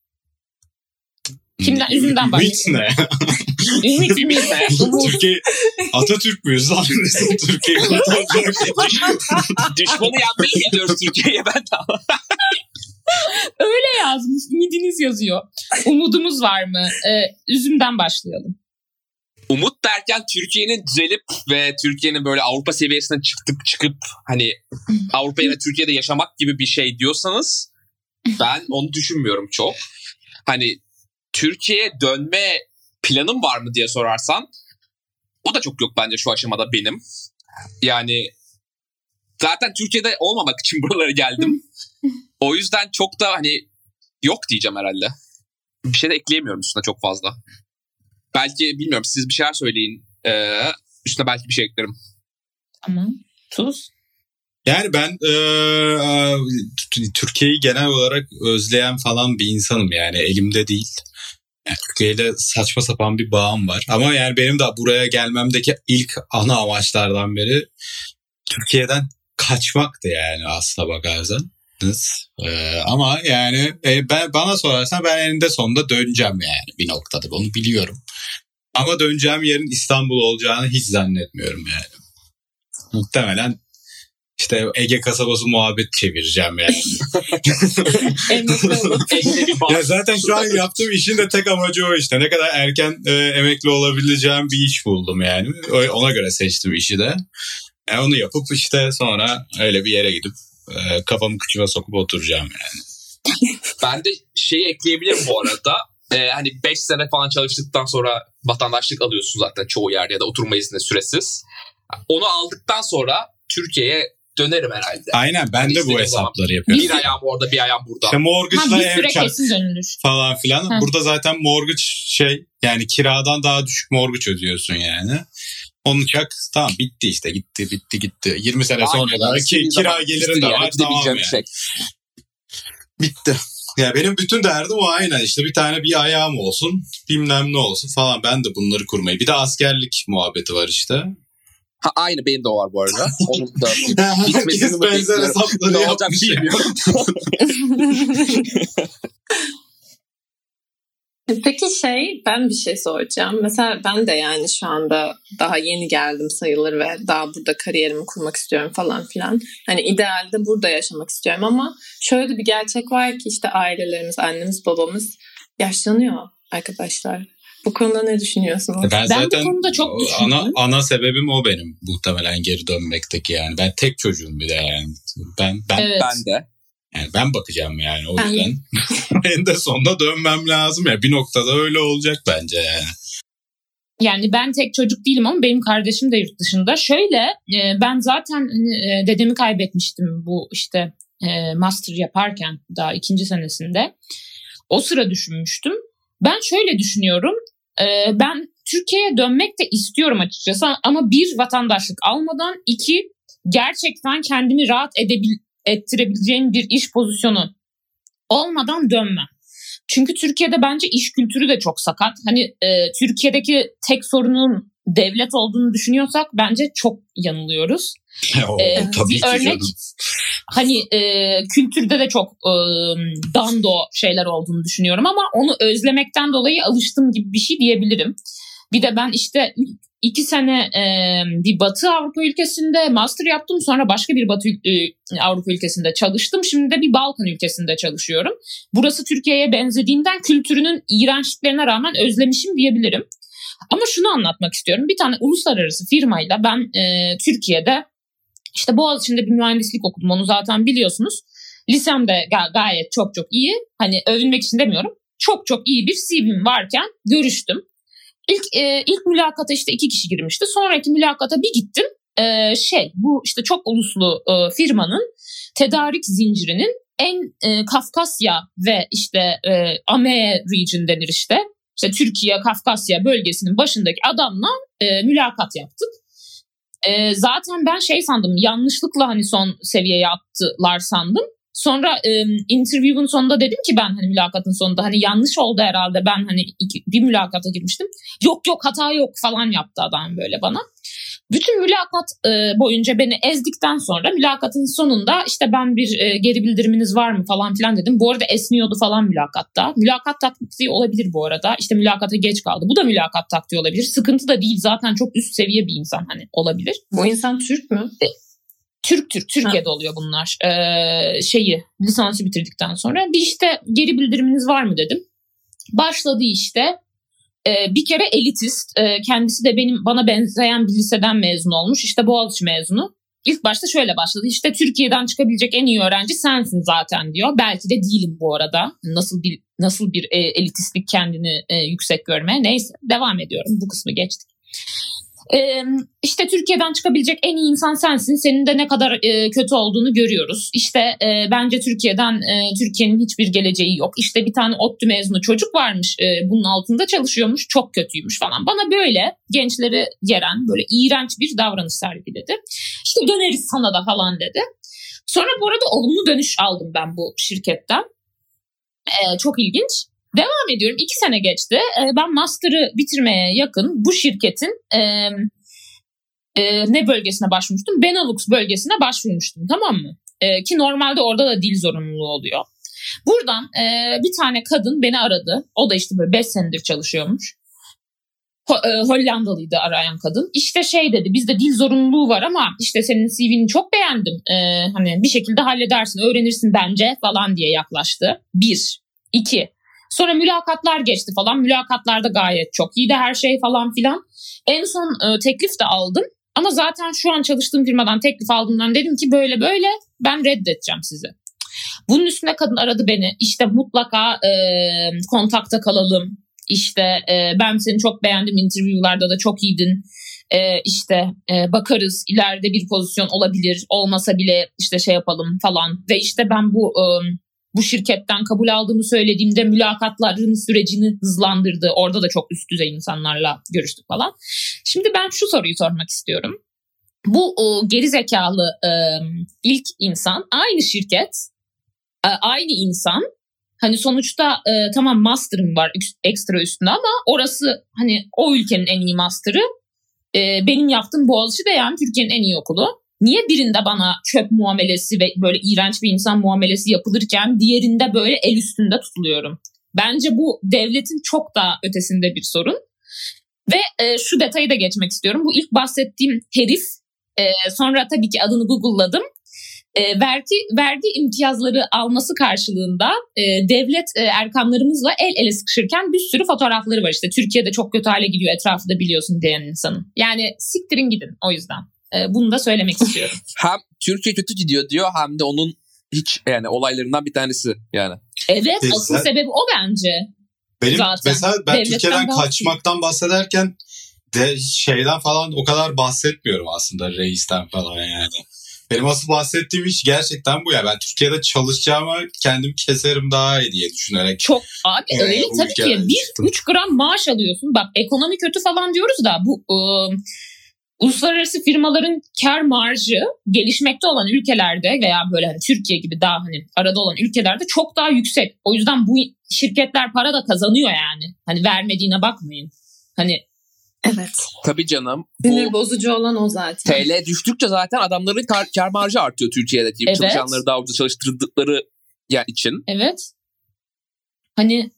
Kimden? Üzümden başlayalım. Ümit ne? Ümit, ümit ne? Türkiye Atatürk müyüz lan? Türkiye kurtaracak. Düşmanı yenmeye gidiyoruz Türkiye'ye ben de. Öyle yazmış. Ümidiniz yazıyor. Umudumuz var mı? Ee, üzümden başlayalım. Umut derken Türkiye'nin düzelip ve Türkiye'nin böyle Avrupa seviyesine çıktıp çıkıp hani Avrupa'ya ve Türkiye'de yaşamak gibi bir şey diyorsanız ben onu düşünmüyorum çok. Hani Türkiye'ye dönme planım var mı diye sorarsan o da çok yok bence şu aşamada benim. Yani zaten Türkiye'de olmamak için buralara geldim. O yüzden çok da hani yok diyeceğim herhalde. Bir şey de ekleyemiyorum üstüne çok fazla. Belki bilmiyorum siz bir şeyler söyleyin. Ee, üstüne belki bir şey eklerim. Tamam. Tuz. Yani ben e, e, Türkiye'yi genel olarak özleyen falan bir insanım yani elimde değil. Yani Türkiye'yle saçma sapan bir bağım var. Ama yani benim de buraya gelmemdeki ilk ana amaçlardan biri Türkiye'den kaçmaktı yani aslına bakarsanız. Ee, ama yani e, ben bana sorarsan ben eninde sonunda döneceğim yani bir noktada onu biliyorum. Ama döneceğim yerin İstanbul olacağını hiç zannetmiyorum yani. Muhtemelen işte Ege kasabası muhabbet çevireceğim yani. Ya zaten şu an yaptığım işin de tek amacı o işte. Ne kadar erken e, emekli olabileceğim bir iş buldum yani. Ona göre seçtim işi de. Yani onu yapıp işte sonra öyle bir yere gidip e, kafamı kıçıma sokup oturacağım yani. Ben de şeyi ekleyebilirim bu arada. Ee, hani beş sene falan çalıştıktan sonra vatandaşlık alıyorsun zaten çoğu yerde ya da oturma izni süresiz. Onu aldıktan sonra Türkiye'ye dönerim herhalde. Aynen ben hani de bu hesapları yapıyorum. Bir ayağım orada bir ayağım burada. İşte mortgage'la ev çarp dönülür falan filan. Ha. Burada zaten mortgage şey yani kiradan daha düşük mortgage ödüyorsun yani. Onu çak tamam bitti işte gitti bitti gitti. yirmi sene sonra da ki, kira gelirin de var tamam yani. Şey. Bitti. Ya benim bütün derdim o aynen işte bir tane bir ayağım olsun bilmem ne olsun falan ben de bunları kurmayı. Bir de askerlik muhabbeti var işte. Ha, aynı benim de var bu arada. Onun da herkes benzer hesapları yapmış. Bilmiyorum. Peki şey ben bir şey soracağım. Mesela ben de yani şu anda daha yeni geldim sayılır ve daha burada kariyerimi kurmak istiyorum falan filan. Hani idealde burada yaşamak istiyorum ama şöyle bir gerçek var ki işte ailelerimiz, annemiz, babamız yaşlanıyor arkadaşlar. Bu konuda ne düşünüyorsunuz? Ben, ben zaten bu konuda çok düşündüm. Ana, ana sebebim o benim muhtemelen geri dönmekteki yani. Ben tek çocuğum bir de yani. Ben, ben, evet. Ben de. Yani ben bakacağım yani o yüzden. En de sonunda dönmem lazım ya. Bir noktada öyle olacak bence yani. Yani ben tek çocuk değilim ama benim kardeşim de yurt dışında. Şöyle ben zaten dedemi kaybetmiştim bu işte master yaparken daha ikinci senesinde. O sıra düşünmüştüm. Ben şöyle düşünüyorum. Ben Türkiye'ye dönmek de istiyorum açıkçası ama bir vatandaşlık almadan iki gerçekten kendimi rahat edebil ettirebileceğim bir iş pozisyonu olmadan dönmem. Çünkü Türkiye'de bence iş kültürü de çok sakat. Hani e, Türkiye'deki tek sorunun devlet olduğunu düşünüyorsak bence çok yanılıyoruz. o, ee, tabii bir ki örnek canım. Hani e, kültürde de çok e, dando şeyler olduğunu düşünüyorum ama onu özlemekten dolayı alıştım gibi bir şey diyebilirim. Bir de ben işte iki sene e, bir Batı Avrupa ülkesinde master yaptım. Sonra başka bir Batı e, Avrupa ülkesinde çalıştım. Şimdi de bir Balkan ülkesinde çalışıyorum. Burası Türkiye'ye benzediğinden kültürünün iğrençliklerine rağmen özlemişim diyebilirim. Ama şunu anlatmak istiyorum. Bir tane uluslararası firmayla ben e, Türkiye'de işte Boğaziçi'nde bir mühendislik okudum. Onu zaten biliyorsunuz. Lisem de ga- gayet çok çok iyi. Hani övünmek için demiyorum. Çok çok iyi bir C V'm varken görüştüm. İlk, e, ilk mülakata işte iki kişi girmişti. Sonraki mülakata bir gittim. e, şey bu işte çok uluslu e, firmanın tedarik zincirinin en e, Kafkasya ve işte e, A M E region denir işte. İşte Türkiye, Kafkasya bölgesinin başındaki adamla e, mülakat yaptık. E, zaten ben şey sandım, yanlışlıkla hani son seviyeye attılar sandım. Sonra e, interview'un sonunda dedim ki ben hani mülakatın sonunda hani yanlış oldu herhalde, ben hani iki, bir mülakata girmiştim. Yok yok hata yok falan yaptı adam böyle bana. Bütün mülakat e, boyunca beni ezdikten sonra mülakatın sonunda işte ben bir e, geri bildiriminiz var mı falan filan dedim. Bu arada esniyordu falan mülakatta. Mülakat taktiği olabilir bu arada. İşte mülakata geç kaldı. Bu da mülakat taktiği olabilir. Sıkıntı da değil, zaten çok üst seviye bir insan hani olabilir. Bu insan Türk mü? E, Türk Türk Türkiye'de ha. oluyor bunlar. Ee, şeyi lisansı bitirdikten sonra bir işte geri bildiriminiz var mı dedim. Başladı işte. Ee, bir kere elitist. Ee, kendisi de benim bana benzeyen bir liseden mezun olmuş. İşte Boğaziçi mezunu. İlk başta şöyle başladı. İşte Türkiye'den çıkabilecek en iyi öğrenci sensin zaten diyor. Belki de değilim bu arada. Nasıl bir nasıl bir e, elitistlik kendini e, yüksek görme. Neyse devam ediyorum. Bu kısmı geçtik. Ee, işte Türkiye'den çıkabilecek en iyi insan sensin. Senin de ne kadar e, kötü olduğunu görüyoruz. İşte e, bence Türkiye'den e, Türkiye'nin hiçbir geleceği yok. İşte bir tane ODTÜ mezunu çocuk varmış. E, bunun altında çalışıyormuş. Çok kötüymüş falan. Bana böyle gençleri yeren böyle iğrenç bir davranış sergiledi. İşte döneriz sana da falan dedi. Sonra bu arada olumlu dönüş aldım ben bu şirketten. E, çok ilginç. Devam ediyorum. İki sene geçti. Ben master'ı bitirmeye yakın bu şirketin e, e, ne bölgesine başvurmuştum? Benelux bölgesine başvurmuştum, tamam mı? E, ki normalde orada da dil zorunluluğu oluyor. Buradan e, bir tane kadın beni aradı. O da işte böyle beş senedir çalışıyormuş. Ho- e, Hollandalıydı arayan kadın. İşte şey dedi, bizde dil zorunluluğu var ama işte senin C V'ni çok beğendim. E, hani bir şekilde halledersin, öğrenirsin bence falan diye yaklaştı. Bir. İki. Sonra mülakatlar geçti falan. Mülakatlarda gayet çok iyiydi her şey falan filan. En son e, teklif de aldım. Ama zaten şu an çalıştığım firmadan teklif aldığımdan dedim ki böyle böyle ben reddedeceğim sizi. Bunun üstüne kadın aradı beni. İşte mutlaka e, kontakta kalalım. İşte e, ben seni çok beğendim. Interview'larda da çok iyiydin. E, işte e, bakarız ileride bir pozisyon olabilir. Olmasa bile işte şey yapalım falan. Ve işte ben bu... E, Bu şirketten kabul aldığımı söylediğimde mülakatların sürecini hızlandırdı. Orada da çok üst düzey insanlarla görüştük falan. Şimdi ben şu soruyu sormak istiyorum. Bu o, geri zekalı e, ilk insan, aynı şirket, e, aynı insan. Hani sonuçta e, tamam master'ım var ekstra üstünde ama orası hani o ülkenin en iyi master'ı. E, benim yaptığım Boğaziçi de yani Türkiye'nin en iyi okulu. Niye birinde bana çöp muamelesi ve böyle iğrenç bir insan muamelesi yapılırken diğerinde böyle el üstünde tutuluyorum? Bence bu devletin çok daha ötesinde bir sorun. Ve e, şu detayı da geçmek istiyorum. Bu ilk bahsettiğim herif, e, sonra tabii ki adını Google'ladım. E, vergi, vergi imtiyazları alması karşılığında e, devlet e, erkanlarımızla el ele sıkışırken bir sürü fotoğrafları var. İşte Türkiye'de çok kötü hale gidiyor, etrafı da biliyorsun diyen insanın. Yani siktirin gidin o yüzden. Bunu da söylemek istiyorum. Hem Türkiye kötü gidiyor diyor hem de onun hiç yani olaylarından bir tanesi yani. Evet, e, asıl sen, sebebi o bence. Benim zaten. Mesela ben devletten Türkiye'den kaçmaktan bahsederken de şeyden falan o kadar bahsetmiyorum aslında, reisten falan yani. Benim asıl bahsettiğim iş gerçekten bu ya. Ben Türkiye'de çalışacağıma kendim keserim daha iyi diye düşünerek. Çok abi e, öyle tabii ki. Bir üç gram maaş alıyorsun. Bak ekonomi kötü falan diyoruz da bu... Iı, uluslararası firmaların kar marjı gelişmekte olan ülkelerde veya böyle hani Türkiye gibi daha hani arada olan ülkelerde çok daha yüksek. O yüzden bu şirketler para da kazanıyor yani. Hani vermediğine bakmayın. Hani evet. Tabii canım. Sinir bozucu olan o zaten. T L düştükçe zaten adamların kar, kar marjı artıyor Türkiye'deki evet. Çalışanları daha ucuz çalıştırdıkları yer için. Evet. Hani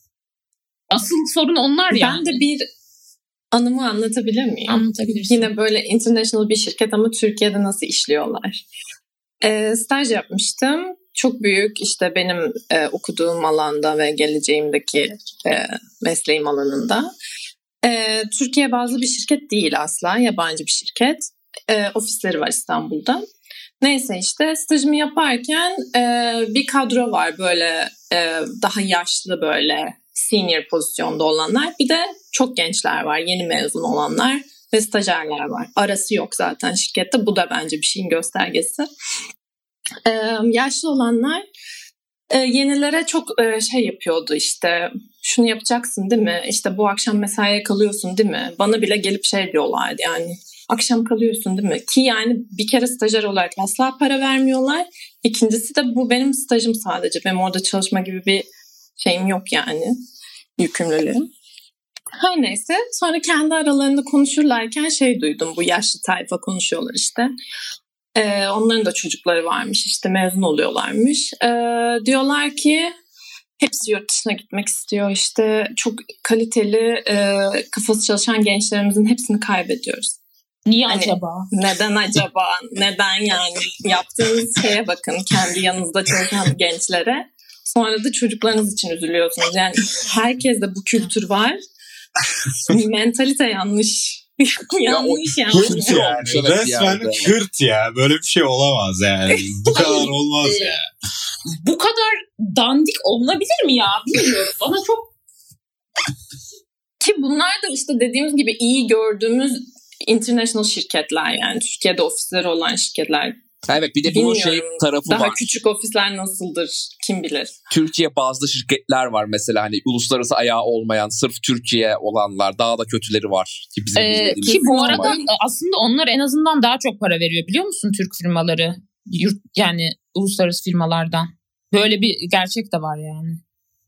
asıl sorun onlar yani. Ben de bir anımı anlatabilir miyim? Anlatabilirsin. Yine böyle international bir şirket ama Türkiye'de nasıl işliyorlar? E, staj yapmıştım. Çok büyük işte benim e, okuduğum alanda ve geleceğimdeki e, mesleğim alanında. E, Türkiye bazlı bir şirket değil asla. Yabancı bir şirket. E, ofisleri var İstanbul'da. Neyse işte stajımı yaparken e, bir kadro var böyle e, daha yaşlı böyle senior pozisyonda olanlar. Bir de çok gençler var, yeni mezun olanlar. ve stajyerler var. Arası yok zaten şirkette. Bu da bence bir şeyin göstergesi. Ee, yaşlı olanlar e, yenilere çok e, şey yapıyordu işte. Şunu yapacaksın değil mi? İşte bu akşam mesaiye kalıyorsun değil mi? Bana bile gelip şey diyorlardı yani. Akşam kalıyorsun değil mi? Ki yani bir kere stajyer olarak asla para vermiyorlar. İkincisi de bu benim stajım sadece. Benim orada çalışma gibi bir şeyim yok yani. Yükümlülüğüm. Her neyse sonra kendi aralarında konuşurlarken şey duydum. Bu yaşlı tayfa konuşuyorlar işte. Ee, onların da çocukları varmış işte mezun oluyorlarmış. Ee, diyorlar ki hepsi yurt dışına gitmek istiyor işte. Çok kaliteli e, kafası çalışan gençlerimizin hepsini kaybediyoruz. Niye hani, acaba? Neden acaba? Neden yani? Yaptığınız şeye bakın. Kendi yanınızda çalışan gençlere. Sonra da çocuklarınız için üzülüyorsunuz. Yani herkeste bu kültür var. Mentalite yanlış. yanlış ya, yani. Kürt yani. Evet, resmen Kürt ya. Böyle bir şey olamaz yani. Bu kadar olmaz ya. Bu kadar dandik olunabilir mi ya? Bilmiyorum. Bana çok... Ki bunlar da işte dediğimiz gibi iyi gördüğümüz international şirketler yani. Türkiye'de ofisleri olan şirketler. Evet bir de bunun şey tarafı Daha var. Daha küçük ofisler nasıldır kim bilir. Türkiye bazlı şirketler var mesela hani uluslararası ayağı olmayan sırf Türkiye olanlar daha da kötüleri var. Ki, bizim ee, ki bu arada var. Aslında onlar en azından daha çok para veriyor biliyor musun Türk firmaları? Yurt, yani uluslararası firmalardan. Böyle bir gerçek de var yani.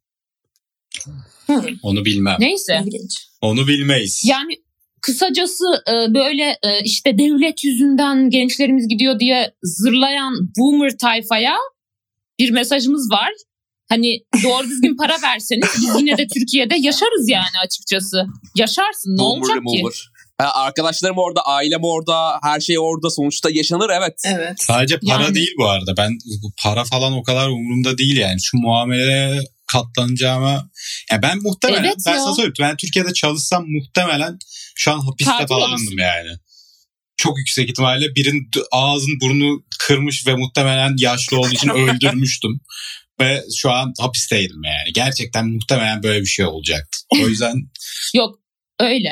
Hmm. Onu bilmem. Neyse. İlginç. Onu bilmeyiz. Yani kısacası böyle işte devlet yüzünden gençlerimiz gidiyor diye zırlayan boomer tayfaya bir mesajımız var. Hani doğru düzgün para verseniz biz yine de Türkiye'de yaşarız yani açıkçası. Yaşarsın ne boomer, olacak boomer. ki? Ha, arkadaşlarım orada, ailem orada, her şey orada sonuçta yaşanır evet. Evet. Sadece para yani... değil bu arada. Ben bu para falan o kadar umurumda değil yani. Şu muameleye katlanacağıma yani ben muhtemelen evet ben ya. sana söyleyeyim ben Türkiye'de çalışsam muhtemelen şu an hapiste Katil falandım olsun. Yani. Çok yüksek ihtimalle birinin ağzını burnunu kırmış ve muhtemelen yaşlı olduğu için öldürmüştüm. Ve şu an hapisteydim yani. Gerçekten muhtemelen böyle bir şey olacaktı. O yüzden... Yok öyle.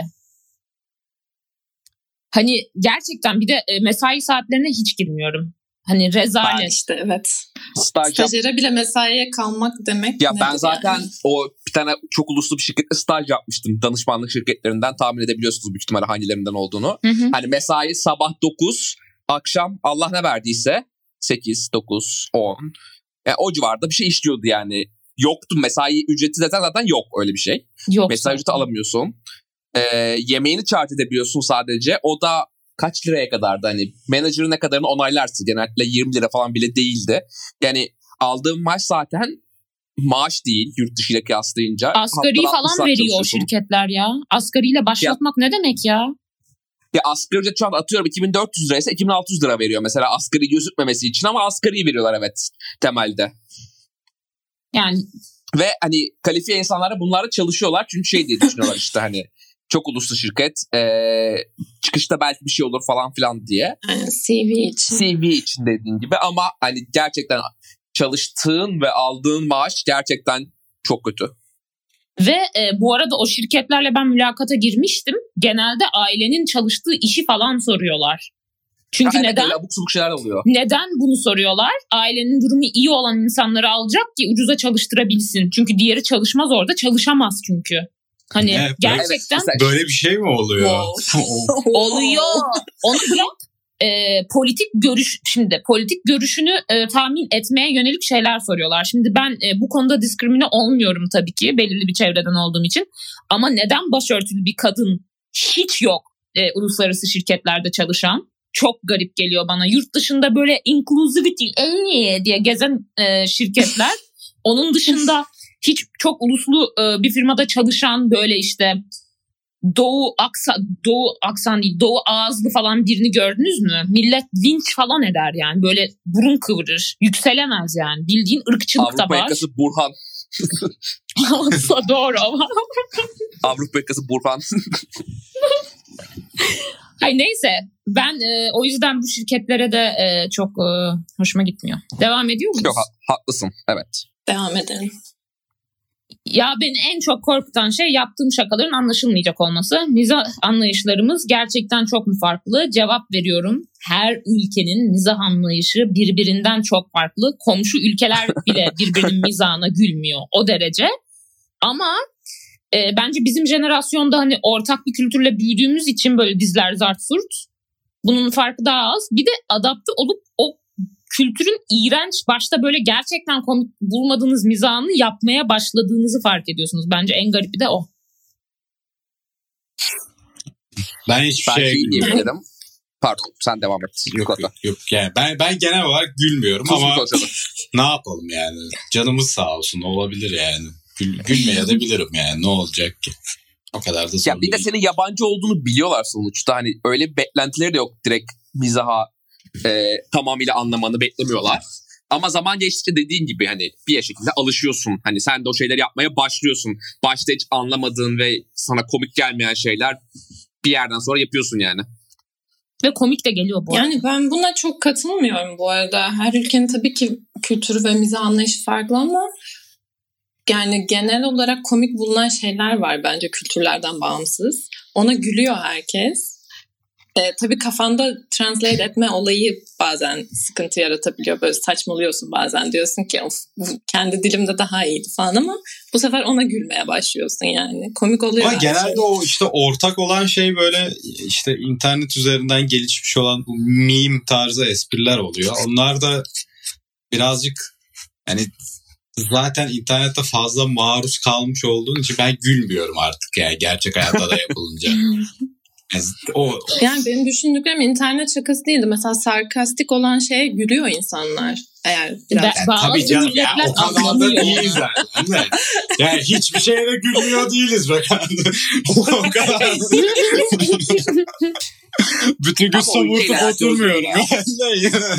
Hani gerçekten bir de mesai saatlerine hiç girmiyorum. Hani rezalet. Ben işte evet. Staj Stajyere bile mesaiye kalmak demek. Ya ben zaten yani? o bir tane çok uluslu bir şirkette staj yapmıştım. Danışmanlık şirketlerinden tahmin edebiliyorsunuz büyük ihtimalle hangilerinden olduğunu. Hı hı. Hani mesai sabah dokuz, akşam Allah ne verdiyse sekiz, dokuz, on. Yani o civarda bir şey işliyordu yani. Yoktu mesai ücreti zaten zaten yok öyle bir şey. Yok. Mesai ücreti alamıyorsun. Ee, yemeğini charge edebiliyorsun sadece. O da kaç liraya kadardı hani menajerin ne kadarını onaylarsın. Genellikle yirmi lira falan bile değildi. Yani aldığım maaş zaten maaş değil yurt dışıyla kıyaslayınca. Asgari falan veriyor o şirketler ya. Asgariyle başlatmak ya, ne demek ya? Ya asgari ücret şu an atıyorum iki bin dört yüz liraysa iki bin altı yüz lira veriyor mesela asgari gözükmemesi için ama asgari veriyorlar evet temelde. Yani. Ve hani kalifiye insanlar da bunlarla çalışıyorlar çünkü şey diye düşünüyorlar işte hani çok uluslu şirket ee, çıkışta belki bir şey olur falan filan diye. Yani C V için. C V için dediğin gibi ama hani gerçekten çalıştığın ve aldığın maaş gerçekten çok kötü. Ve e, bu arada o şirketlerle ben mülakata girmiştim. Genelde ailenin çalıştığı işi falan soruyorlar. Çünkü ha, evet, neden? Abuk subuk şeyler oluyor. Neden bunu soruyorlar? Ailenin durumu iyi olan insanları alacak ki ucuza çalıştırabilsin. Çünkü diğeri çalışmaz orada. Çalışamaz çünkü. Hani evet, gerçekten. Evet, böyle bir şey mi oluyor? Oluyor. Onu bırak. E, politik görüş şimdi politik görüşünü e, tahmin etmeye yönelik şeyler soruyorlar. Şimdi ben e, bu konuda diskrimine olmuyorum tabii ki belirli bir çevreden olduğum için. Ama neden başörtülü bir kadın hiç yok e, uluslararası şirketlerde çalışan? Çok garip geliyor bana. Yurt dışında böyle inclusivity diye gezen e, şirketler. Onun dışında hiç çok uluslu e, bir firmada çalışan böyle işte Doğu aksan, Doğu aksan değil, Doğu ağızlı falan birini gördünüz mü? Millet linç falan eder yani. Böyle burun kıvırır. Yükselemez yani. Bildiğin ırkçılık Avrupa da var. Avrupa yakası Burhan. Doğru ama. Avrupa yakası Burhan. Hayır neyse. Ben e, o yüzden bu şirketlere de e, çok e, hoşuma gitmiyor. Devam ediyor muyuz? Yok ha- haklısın. Evet. Devam edelim. Ya beni en çok korkutan şey yaptığım şakaların anlaşılmayacak olması. Mizah anlayışlarımız gerçekten çok mu farklı? Cevap veriyorum. Her ülkenin mizah anlayışı birbirinden çok farklı. Komşu ülkeler bile birbirinin mizahına gülmüyor o derece. Ama e, bence bizim jenerasyonda hani ortak bir kültürle büyüdüğümüz için böyle dizler zart surt. Bunun farkı daha az. Bir de adapte olup o kültürün iğrenç, başta böyle gerçekten komik bulmadığınız mizahını yapmaya başladığınızı fark ediyorsunuz. Bence en garibi de o. Ben hiçbir Ben şey şey gülmüyorum. diyebilirim. Pardon sen devam et. Yok, yok, yok. Yani ben, ben genel olarak gülmüyorum Tuzlu ama konuşalım. ne yapalım yani? Canımız sağ olsun, olabilir yani. Gül, gülmeye de bilirim yani, ne olacak ki? O kadar da sorun Ya bir de değil. senin yabancı olduğunu biliyorlar sonuçta. Hani öyle bir beklentileri de yok, direkt mizaha e, tamamıyla anlamanı beklemiyorlar. Ama zaman geçtikçe dediğin gibi hani bir şekilde alışıyorsun. Hani sen de o şeyleri yapmaya başlıyorsun. Başta hiç anlamadığın ve sana komik gelmeyen şeyler bir yerden sonra yapıyorsun yani. Ve komik de geliyor bu arada. Yani ben buna çok katılmıyorum bu arada. Her ülkenin tabii ki kültürü ve mizah anlayışı farklı ama yani genel olarak komik bulunan şeyler var bence kültürlerden bağımsız. Ona gülüyor herkes. E, tabii kafanda translate etme olayı bazen sıkıntı yaratabiliyor. Böyle saçmalıyorsun bazen, diyorsun ki of, kendi dilimde daha iyiydi falan ama bu sefer ona gülmeye başlıyorsun yani. Komik oluyor. Ama genelde şey. o işte ortak olan şey böyle işte internet üzerinden gelişmiş olan bu meme tarzı espriler oluyor. Onlar da birazcık hani zaten internette fazla maruz kalmış olduğun için ben gülmüyorum artık yani gerçek hayatta da yapılınca. Yani, o, Yani benim düşündüklerim internet şakası değildi. Mesela sarkastik olan şeye gülüyor insanlar. Eğer biraz. Ben- yani Bazı tabii canım ya, milletler o kadar da anlamıyor. değiliz zaten de. Yani hiçbir şeye de gülmüyor değiliz be. O kadar. Bütün gün Ama o somurtup ülkeler oturmuyorum. çözüyor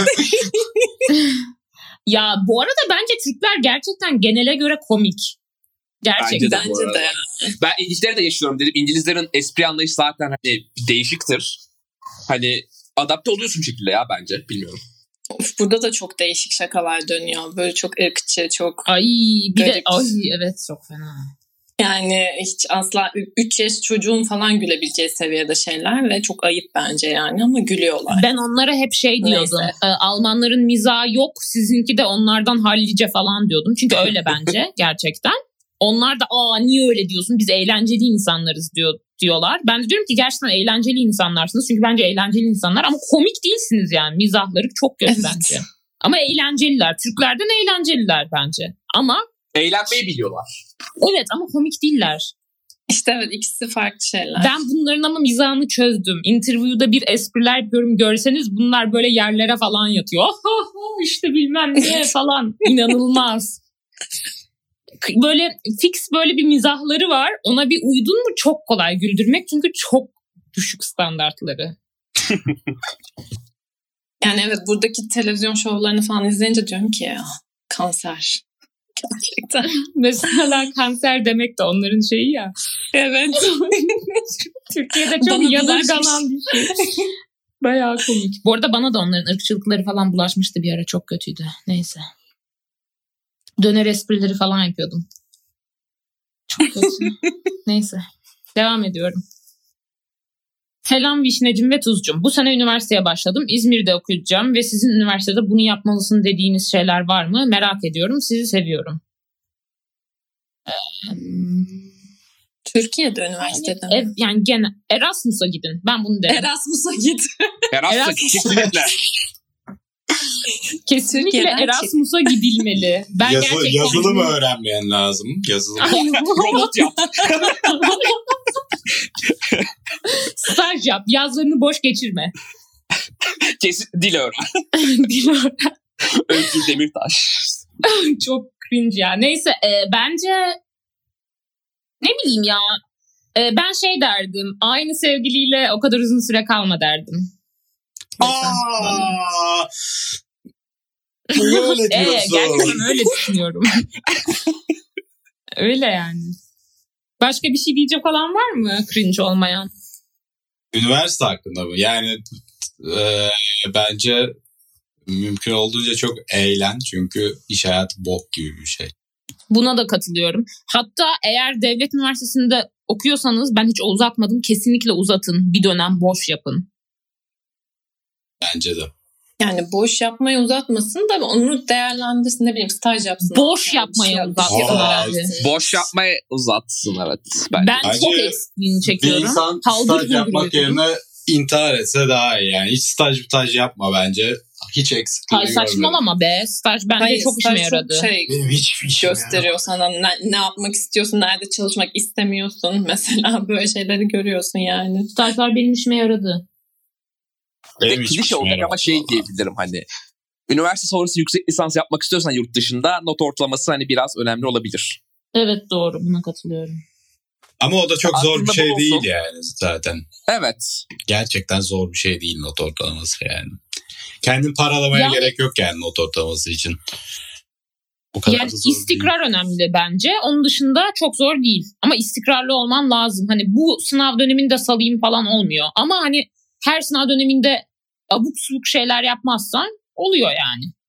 Ya bu arada bence Türkler gerçekten genele göre komik. Gerçekten. Bence de. Bence de. Ben İngiltere'de yaşıyorum dedim. İngilizlerin espri anlayışı zaten hani değişiktir. Hani adapte oluyorsun şekilde ya bence. Bilmiyorum. Of, burada da çok değişik şakalar dönüyor. Böyle çok ırkçı, çok Ay bir de Garip. ay evet çok fena. yani hiç asla üç yaş çocuğun falan gülebileceği seviyede şeyler ve çok ayıp bence yani ama gülüyorlar. Ben onlara hep şey diyordum. Neyse. e, Almanların mizahı yok, sizinki de onlardan hallice falan diyordum. Çünkü öyle bence gerçekten. Onlar da aa niye öyle diyorsun? Biz eğlenceli insanlarız diyor diyorlar. Ben de diyorum ki gerçekten eğlenceli insanlarsınız. Çünkü bence eğlenceli insanlar ama komik değilsiniz yani. Mizahları çok kötü Evet. bence. Ama eğlenceliler. Türklerden eğlenceliler bence. Ama Eğlenmeyi biliyorlar. evet ama komik değiller. İşte evet, ikisi farklı şeyler. Ben bunların ama mizahını çözdüm. Interview'da bir espriler yapıyorum, görseniz bunlar böyle yerlere falan yatıyor. Oh, oh, oh, işte bilmem ne falan. İnanılmaz. Böyle fix böyle bir mizahları var. Ona bir uydun mu çok kolay güldürmek. Çünkü çok düşük standartları. Yani evet, buradaki televizyon şovlarını falan izleyince diyorum ki ya kanser. Gerçekten. Mesela kanser demek de onların şeyi ya. Evet. Türkiye'de Bana çok yadırganan bulaşmış. bir şey. Bayağı komik. Bu arada bana da onların ırkçılıkları falan bulaşmıştı bir ara. Çok kötüydü. Neyse. Döner esprileri falan yapıyordum. Çok kötü. Neyse. Devam ediyorum. Selam Vişnecim ve Tuzcum. Bu sene üniversiteye başladım. İzmir'de okuyacağım ve sizin üniversitede bunu yapmalısın dediğiniz şeyler var mı? Merak ediyorum. Sizi seviyorum. Türkiye'de üniversitede. Yani, ev, yani gene Erasmus'a gidin. Ben bunu derim. Erasmus'a git. Erasmus Erasmus. kesinlikle. Kesinlikle Türkiye'den Erasmus'a gidilmeli. Ben Yazı, gerçekten... yazılı mı öğrenmeyen lazım? Yazılı. Robot yap. Staj yap. Yazlarını boş geçirme. Kesin dil öğren. Dil öğren. Özgür Demirtaş. Çok cringe ya. Neyse e, bence ne bileyim ya. E, ben şey derdim. Aynı sevgiliyle o kadar uzun süre kalma derdim. Aa! Niye öyle E, diyorsun? gerçekten öyle düşünüyorum. Öyle yani. Başka bir şey diyecek olan var mı cringe olmayan? Üniversite hakkında mı? Yani e, bence mümkün olduğunca çok eğlen. Çünkü iş hayatı bok gibi bir şey. Buna da katılıyorum. Hatta eğer devlet üniversitesinde okuyorsanız, ben hiç uzatmadım, kesinlikle uzatın. Bir dönem boş yapın. Bence de. Yani boş yapmayı uzatmasın da onu değerlendirsin, ne bileyim staj yapsın. Boş yani yapmayı şey uzatsın herhalde. Boş yapmayı uzatsın evet. Bence. Ben Bence çok eksikliğini çekiyorum. Bir insan Haldır staj huldur yapmak yürüyorum. yerine intihar etse daha iyi yani. Hiç staj staj yapma bence. Hiç eksikliğini Hayır, görmedim. saçmalama be. Staj bence Hayır, çok işime staj yaradı. Çok şey Benim hiçbir işim gösteriyor sana ne, ne yapmak istiyorsun, nerede çalışmak istemiyorsun. Mesela böyle şeyleri görüyorsun yani. Stajlar benim işime yaradı. Bir de Benim hiçbir klişe işime olacak ama yaramadı şey vallahi. diyebilirim hani. Üniversite sonrası yüksek lisans yapmak istiyorsan yurt dışında not ortalaması hani biraz önemli olabilir. Evet, doğru, buna katılıyorum. Ama o da çok zor bir Aklında şey bulunsun. değil yani zaten. Evet. Gerçekten zor bir şey değil not ortalaması yani. Kendin paralamaya Yani- gerek yok yani not ortalaması için. O kadar Yani da zor istikrar değil. önemli bence. Onun dışında çok zor değil. Ama istikrarlı olman lazım. Hani bu sınav döneminde salayım falan olmuyor. Ama hani her sınav döneminde abuk subuk şeyler yapmazsan oluyor yani.